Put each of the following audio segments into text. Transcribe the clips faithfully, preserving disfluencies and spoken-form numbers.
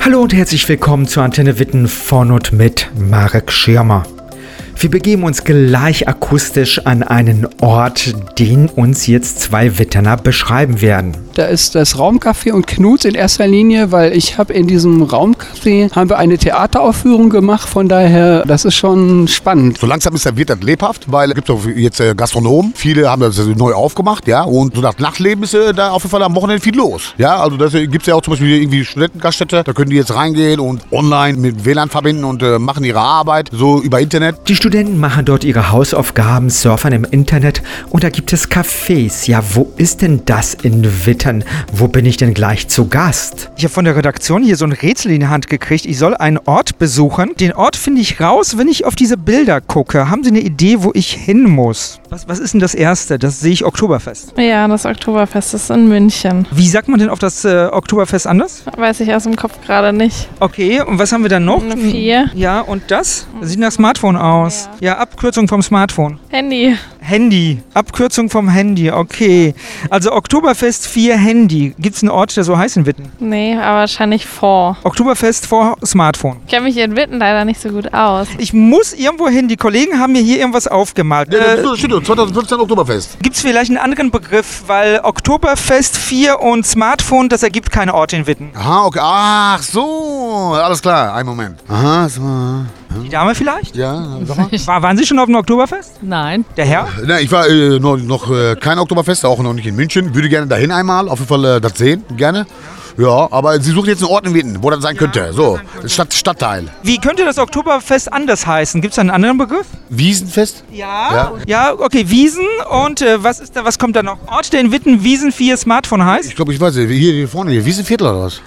Hallo und herzlich willkommen zur Antenne Witten von und mit Marek Schirmer. Wir begeben uns gleich akustisch an einen Ort, den uns jetzt zwei Wittener beschreiben werden. Da ist das Raumcafé und Knuts in erster Linie, weil ich habe in diesem Raumcafé haben wir eine Theateraufführung gemacht, von daher, das ist schon spannend. So langsam ist der Wirt dann lebhaft, weil es gibt auch jetzt äh, Gastronomen, viele haben das neu aufgemacht, ja, und so nach Nachtleben ist äh, da auf jeden Fall am Wochenende viel los, ja, also da gibt es ja auch zum Beispiel irgendwie Studentengaststätte, da können die jetzt reingehen und online mit W L A N verbinden und äh, machen ihre Arbeit, so über Internet. Die Studenten machen dort ihre Hausaufgaben, surfen im Internet und da gibt es Cafés. Ja, wo ist denn das in Witten? Wo bin ich denn gleich zu Gast? Ich habe von der Redaktion hier so ein Rätsel in die Hand gekriegt. Ich soll einen Ort besuchen. Den Ort finde ich raus, wenn ich auf diese Bilder gucke. Haben Sie eine Idee, wo ich hin muss? Was, was ist denn das Erste? Das sehe ich Oktoberfest. Ja, das Oktoberfest ist in München. Wie sagt man denn auf das äh, Oktoberfest anders? Weiß ich aus dem Kopf gerade nicht. Okay, und was haben wir dann noch? Eine vier. Ja, und das? Das sieht nach Smartphone aus. Ja, ja, Abkürzung vom Smartphone. Handy. Handy. Abkürzung vom Handy, okay. Also Oktoberfest vier Handy. Gibt es einen Ort, der so heißt in Witten? Nee, aber wahrscheinlich vor. Oktoberfest vor Smartphone. Ich kenne mich in Witten leider nicht so gut aus. Ich muss irgendwo hin. Die Kollegen haben mir hier irgendwas aufgemalt. Ja, das steht uns, zwanzig fünfzehn Oktoberfest. Gibt es vielleicht einen anderen Begriff? Weil Oktoberfest vier und Smartphone, das ergibt keine Orte in Witten. Aha, okay. Ach so, alles klar, einen Moment. Aha, so. Die Dame vielleicht? Ja, sag mal. War, waren Sie schon auf dem Oktoberfest? Nein. Der Herr? Na, ich war äh, noch, noch äh, kein Oktoberfest, auch noch nicht in München. Würde gerne dahin einmal, auf jeden Fall äh, das sehen, gerne. Ja, aber sie sucht jetzt einen Ort in Witten, wo das sein könnte. Ja, so, sein könnte. Stadt, Stadtteil. Wie könnte das Oktoberfest anders heißen? Gibt es da einen anderen Begriff? Wiesenfest? Ja. Ja. Ja, okay, Wiesen. Und äh, was ist da, was kommt da noch? Ort, der in Witten Wiesen vier Smartphone heißt? Ich glaube, ich weiß nicht, hier, hier vorne, hier, Wiesenviertel oder was?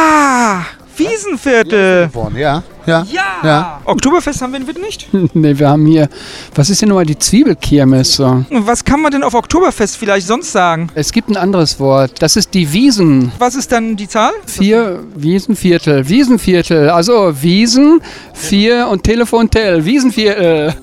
Ah, Wiesenviertel. Vorne, ja. Ja. Ja. Ja. Oktoberfest haben wir in Witten nicht? Ne, wir haben hier, was ist denn nochmal die Zwiebelkirmes? So? Was kann man denn auf Oktoberfest vielleicht sonst sagen? Es gibt ein anderes Wort, das ist die Wiesen. Was ist dann die Zahl? Vier Wiesenviertel, Wiesenviertel, also Wiesen, vier und Telefontel, Wiesenviertel.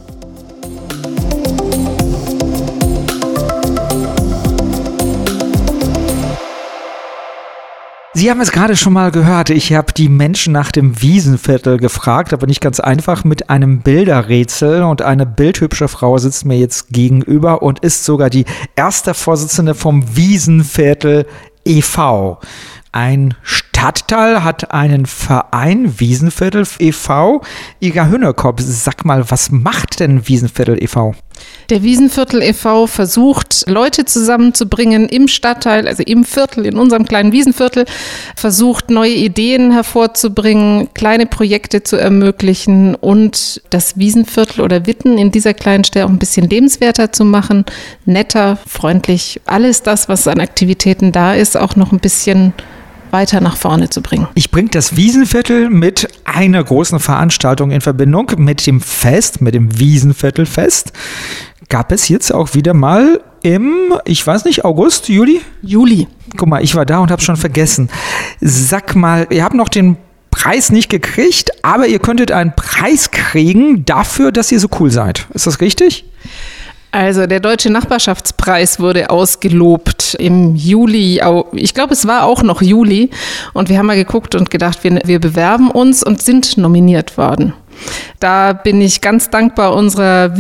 Sie haben es gerade schon mal gehört, ich habe die Menschen nach dem Wiesenviertel gefragt, aber nicht ganz einfach, mit einem Bilderrätsel, und eine bildhübsche Frau sitzt mir jetzt gegenüber und ist sogar die erste Vorsitzende vom Wiesenviertel e V Ein Stadtteil hat einen Verein, Wiesenviertel e V Iga Hünnekop, sag mal, was macht denn Wiesenviertel e V? Der Wiesenviertel e V versucht, Leute zusammenzubringen im Stadtteil, also im Viertel, in unserem kleinen Wiesenviertel, versucht, neue Ideen hervorzubringen, kleine Projekte zu ermöglichen und das Wiesenviertel oder Witten in dieser kleinen Stadt auch ein bisschen lebenswerter zu machen, netter, freundlich, alles das, was an Aktivitäten da ist, auch noch ein bisschen weiter nach vorne zu bringen. Ich bringe das Wiesenviertel mit einer großen Veranstaltung in Verbindung, mit dem Fest, mit dem Wiesenviertelfest. Gab es jetzt auch wieder mal im, ich weiß nicht, August, Juli? Juli. Guck mal, ich war da und habe schon vergessen. Sag mal, ihr habt noch den Preis nicht gekriegt, aber ihr könntet einen Preis kriegen dafür, dass ihr so cool seid. Ist das richtig? Also der Deutsche Nachbarschaftspreis wurde ausgelobt im Juli, ich glaube es war auch noch Juli, und wir haben mal geguckt und gedacht, wir, wir bewerben uns und sind nominiert worden. Da bin ich ganz dankbar unserer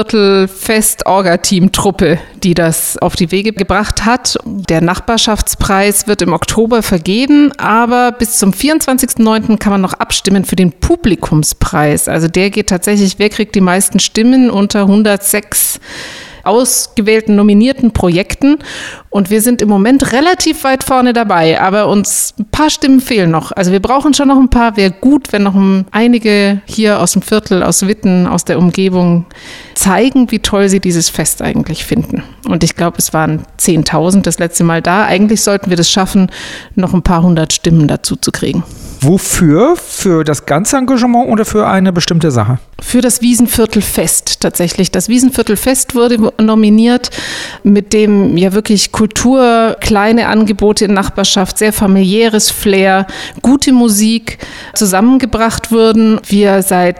Wiesenviertel-Fest-Orga-Team-Truppe, die das auf die Wege gebracht hat. Der Nachbarschaftspreis wird im Oktober vergeben, aber bis zum vierundzwanzigsten neunten kann man noch abstimmen für den Publikumspreis. Also der geht tatsächlich, wer kriegt die meisten Stimmen unter hundertsechs ausgewählten nominierten Projekten, und wir sind im Moment relativ weit vorne dabei, aber uns ein paar Stimmen fehlen noch. Also wir brauchen schon noch ein paar, wäre gut, wenn noch einige hier aus dem Viertel, aus Witten, aus der Umgebung zeigen, wie toll sie dieses Fest eigentlich finden. Und ich glaube, es waren zehntausend das letzte Mal da. Eigentlich sollten wir das schaffen, noch ein paar hundert Stimmen dazu zu kriegen. Wofür? Für das ganze Engagement oder für eine bestimmte Sache? Für das Wiesenviertelfest tatsächlich. Das Wiesenviertelfest wurde nominiert, mit dem ja wirklich Kultur, kleine Angebote in Nachbarschaft, sehr familiäres Flair, gute Musik zusammengebracht wurden. Wir seit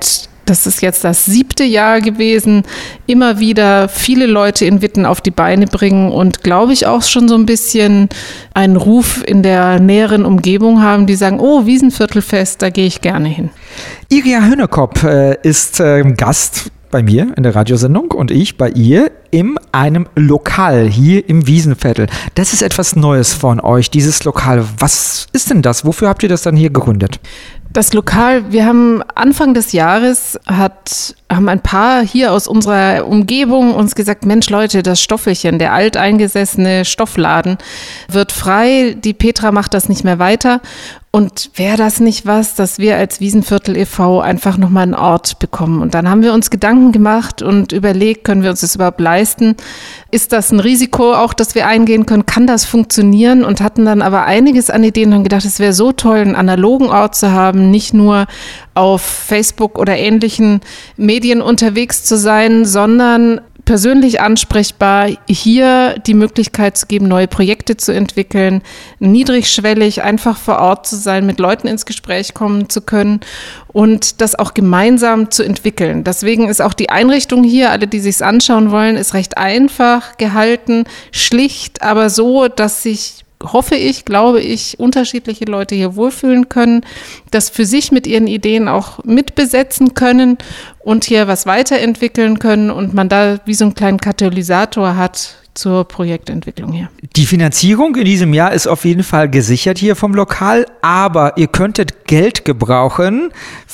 das ist jetzt das siebte Jahr gewesen, immer wieder viele Leute in Witten auf die Beine bringen und glaube ich auch schon so ein bisschen einen Ruf in der näheren Umgebung haben, die sagen, oh, Wiesenviertelfest, da gehe ich gerne hin. Iria Hönnekop äh, ist äh, Gast bei mir in der Radiosendung und ich bei ihr in einem Lokal hier im Wiesenviertel. Das ist etwas Neues von euch, dieses Lokal. Was ist denn das? Wofür habt ihr das dann hier gegründet? Das Lokal, wir haben Anfang des Jahres, hat, haben ein paar hier aus unserer Umgebung uns gesagt, Mensch Leute, das Stoffelchen, der alteingesessene Stoffladen wird frei, die Petra macht das nicht mehr weiter. Und wäre das nicht was, dass wir als Wiesenviertel e V einfach nochmal einen Ort bekommen? Und dann haben wir uns Gedanken gemacht und überlegt, können wir uns das überhaupt leisten? Ist das ein Risiko auch, dass wir eingehen können? Kann das funktionieren? Und hatten dann aber einiges an Ideen und gedacht, es wäre so toll, einen analogen Ort zu haben, nicht nur auf Facebook oder ähnlichen Medien unterwegs zu sein, sondern persönlich ansprechbar, hier die Möglichkeit zu geben, neue Projekte zu entwickeln, niedrigschwellig einfach vor Ort zu sein, mit Leuten ins Gespräch kommen zu können und das auch gemeinsam zu entwickeln. Deswegen ist auch die Einrichtung hier, alle, die sich's anschauen wollen, ist recht einfach gehalten, schlicht, aber so, dass sich hoffe ich, glaube ich, unterschiedliche Leute hier wohlfühlen können, das für sich mit ihren Ideen auch mitbesetzen können und hier was weiterentwickeln können und man da wie so einen kleinen Katalysator hat zur Projektentwicklung hier. Die Finanzierung in diesem Jahr ist auf jeden Fall gesichert hier vom Lokal, aber ihr könntet Geld gebrauchen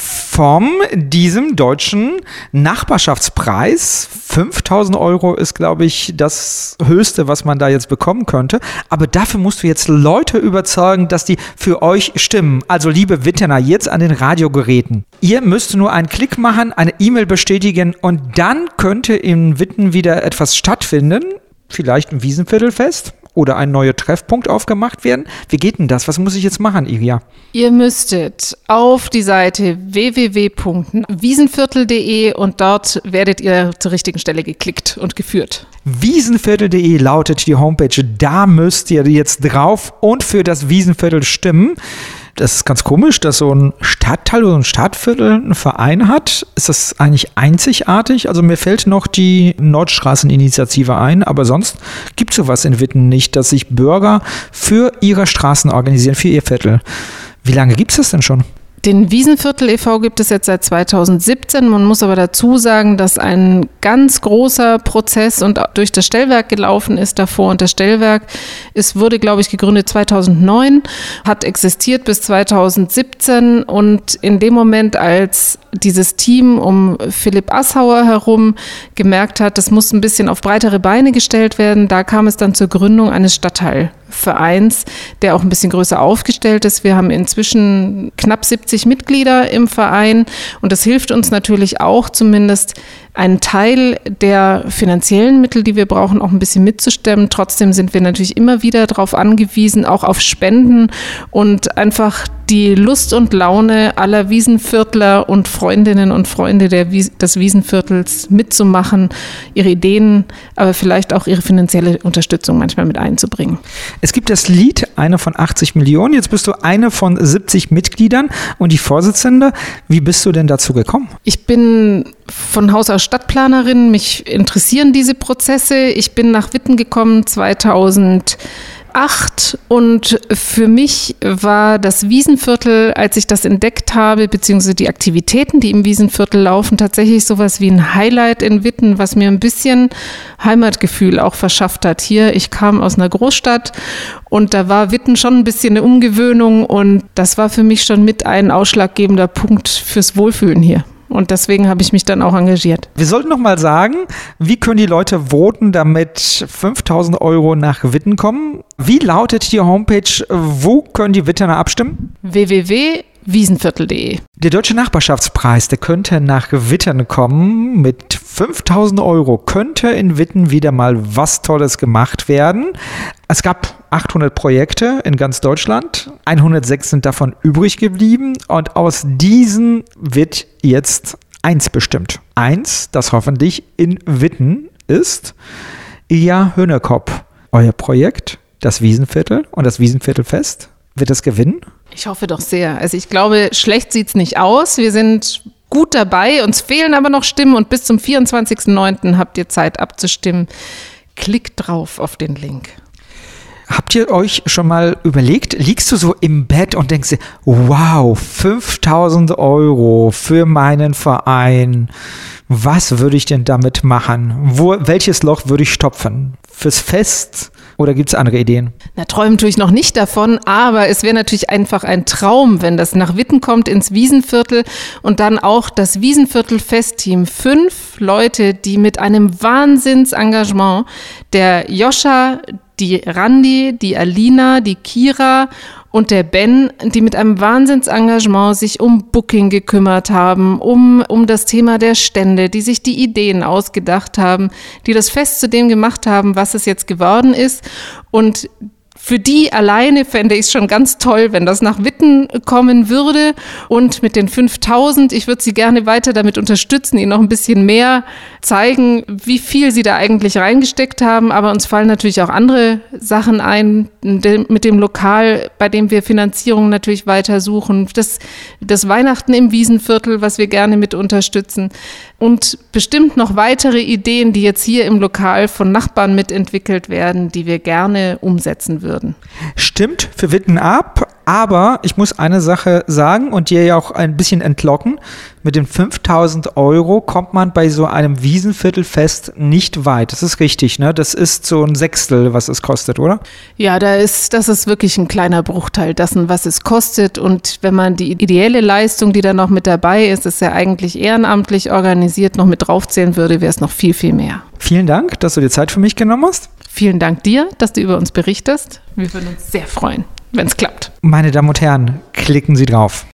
vom diesem deutschen Nachbarschaftspreis. fünftausend Euro ist, glaube ich, das Höchste, was man da jetzt bekommen könnte. Aber dafür musst du jetzt Leute überzeugen, dass die für euch stimmen. Also liebe Wittener, jetzt an den Radiogeräten. Ihr müsst nur einen Klick machen, eine E-Mail bestätigen und dann könnte in Witten wieder etwas stattfinden. Vielleicht ein Wiesenviertelfest oder ein neuer Treffpunkt aufgemacht werden. Wie geht denn das? Was muss ich jetzt machen, Iria? Ihr müsstet auf die Seite w w w punkt wiesenviertel punkt de und dort werdet ihr zur richtigen Stelle geklickt und geführt. Wiesenviertel punkt de lautet die Homepage. Da müsst ihr jetzt drauf und für das Wiesenviertel stimmen. Das ist ganz komisch, dass so ein Stadtteil oder ein Stadtviertel einen Verein hat. Ist das eigentlich einzigartig? Also mir fällt noch die Nordstraßeninitiative ein, aber sonst gibt es sowas in Witten nicht, dass sich Bürger für ihre Straßen organisieren, für ihr Viertel. Wie lange gibt es das denn schon? Den Wiesenviertel e V gibt es jetzt seit zweitausendsiebzehn. Man muss aber dazu sagen, dass ein ganz großer Prozess und durch das Stellwerk gelaufen ist davor. Und das Stellwerk ist, wurde, glaube ich, gegründet zweitausendneun, hat existiert bis zweitausendsiebzehn. Und in dem Moment, als dieses Team um Philipp Assauer herum gemerkt hat, das muss ein bisschen auf breitere Beine gestellt werden, da kam es dann zur Gründung eines Stadtteilvereins, der auch ein bisschen größer aufgestellt ist. Wir haben inzwischen knapp siebzig Mitglieder im Verein und das hilft uns natürlich auch zumindest einen Teil der finanziellen Mittel, die wir brauchen, auch ein bisschen mitzustemmen. Trotzdem sind wir natürlich immer wieder darauf angewiesen, auch auf Spenden und einfach die Lust und Laune aller Wiesenviertler und Freundinnen und Freunde der Wies- des Wiesenviertels mitzumachen, ihre Ideen, aber vielleicht auch ihre finanzielle Unterstützung manchmal mit einzubringen. Es gibt das Lied, eine von achtzig Millionen. Jetzt bist du eine von siebzig Mitgliedern und die Vorsitzende. Wie bist du denn dazu gekommen? Ich bin von Haus aus Stadtplanerin. Mich interessieren diese Prozesse. Ich bin nach Witten gekommen zweitausendacht und für mich war das Wiesenviertel, als ich das entdeckt habe, beziehungsweise die Aktivitäten, die im Wiesenviertel laufen, tatsächlich sowas wie ein Highlight in Witten, was mir ein bisschen Heimatgefühl auch verschafft hat. Hier, ich kam aus einer Großstadt und da war Witten schon ein bisschen eine Umgewöhnung und das war für mich schon mit ein ausschlaggebender Punkt fürs Wohlfühlen hier. Und deswegen habe ich mich dann auch engagiert. Wir sollten noch mal sagen, wie können die Leute voten, damit fünftausend Euro nach Witten kommen? Wie lautet die Homepage? Wo können die Wittener abstimmen? w w w punkt wiesenviertel punkt de. Der Deutsche Nachbarschaftspreis, der könnte nach Witten kommen. Mit fünftausend Euro könnte in Witten wieder mal was Tolles gemacht werden. Es gab achthundert Projekte in ganz Deutschland. hundertsechs sind davon übrig geblieben. Und aus diesen wird jetzt eins bestimmt. Eins, das hoffentlich in Witten ist. Iria Hönnekop, euer Projekt, das Wiesenviertel und das Wiesenviertelfest. Wird das gewinnen? Ich hoffe doch sehr. Also ich glaube, schlecht sieht es nicht aus. Wir sind gut dabei. Uns fehlen aber noch Stimmen und bis zum vierundzwanzigsten neunten habt ihr Zeit abzustimmen. Klickt drauf auf den Link. Habt ihr euch schon mal überlegt, liegst du so im Bett und denkst dir, wow, fünftausend Euro für meinen Verein, was würde ich denn damit machen? Wo, welches Loch würde ich stopfen? Fürs Fest oder gibt es andere Ideen? Na, träumen tue ich noch nicht davon, aber es wäre natürlich einfach ein Traum, wenn das nach Witten kommt ins Wiesenviertel und dann auch das Wiesenviertel-Festteam. Fünf Leute, die mit einem Wahnsinnsengagement, der Joscha, die Randi, die Alina, die Kira und der Ben, die mit einem Wahnsinnsengagement sich um Booking gekümmert haben, um, um das Thema der Stände, die sich die Ideen ausgedacht haben, die das Fest zu dem gemacht haben, was es jetzt geworden ist. Und für die alleine fände ich es schon ganz toll, wenn das nach Witten kommen würde. Und mit den fünftausend, ich würde sie gerne weiter damit unterstützen, ihnen noch ein bisschen mehr zeigen, wie viel sie da eigentlich reingesteckt haben. Aber uns fallen natürlich auch andere Sachen ein, mit dem Lokal, bei dem wir Finanzierung natürlich weiter suchen. Das, das Weihnachten im Wiesenviertel, was wir gerne mit unterstützen. Und bestimmt noch weitere Ideen, die jetzt hier im Lokal von Nachbarn mitentwickelt werden, die wir gerne umsetzen würden. Stimmt für Witten ab, aber ich muss eine Sache sagen und dir ja auch ein bisschen entlocken. Mit den fünftausend Euro kommt man bei so einem Wiesenviertelfest nicht weit. Das ist richtig, ne? Das ist so ein Sechstel, was es kostet, oder? Ja, da ist, das ist wirklich ein kleiner Bruchteil dessen, was es kostet. Und wenn man die ideelle Leistung, die da noch mit dabei ist, ist ja eigentlich ehrenamtlich organisiert, noch mit draufzählen würde, wäre es noch viel, viel mehr. Vielen Dank, dass du dir Zeit für mich genommen hast. Vielen Dank dir, dass du über uns berichtest. Wir würden uns sehr freuen, wenn es klappt. Meine Damen und Herren, klicken Sie drauf.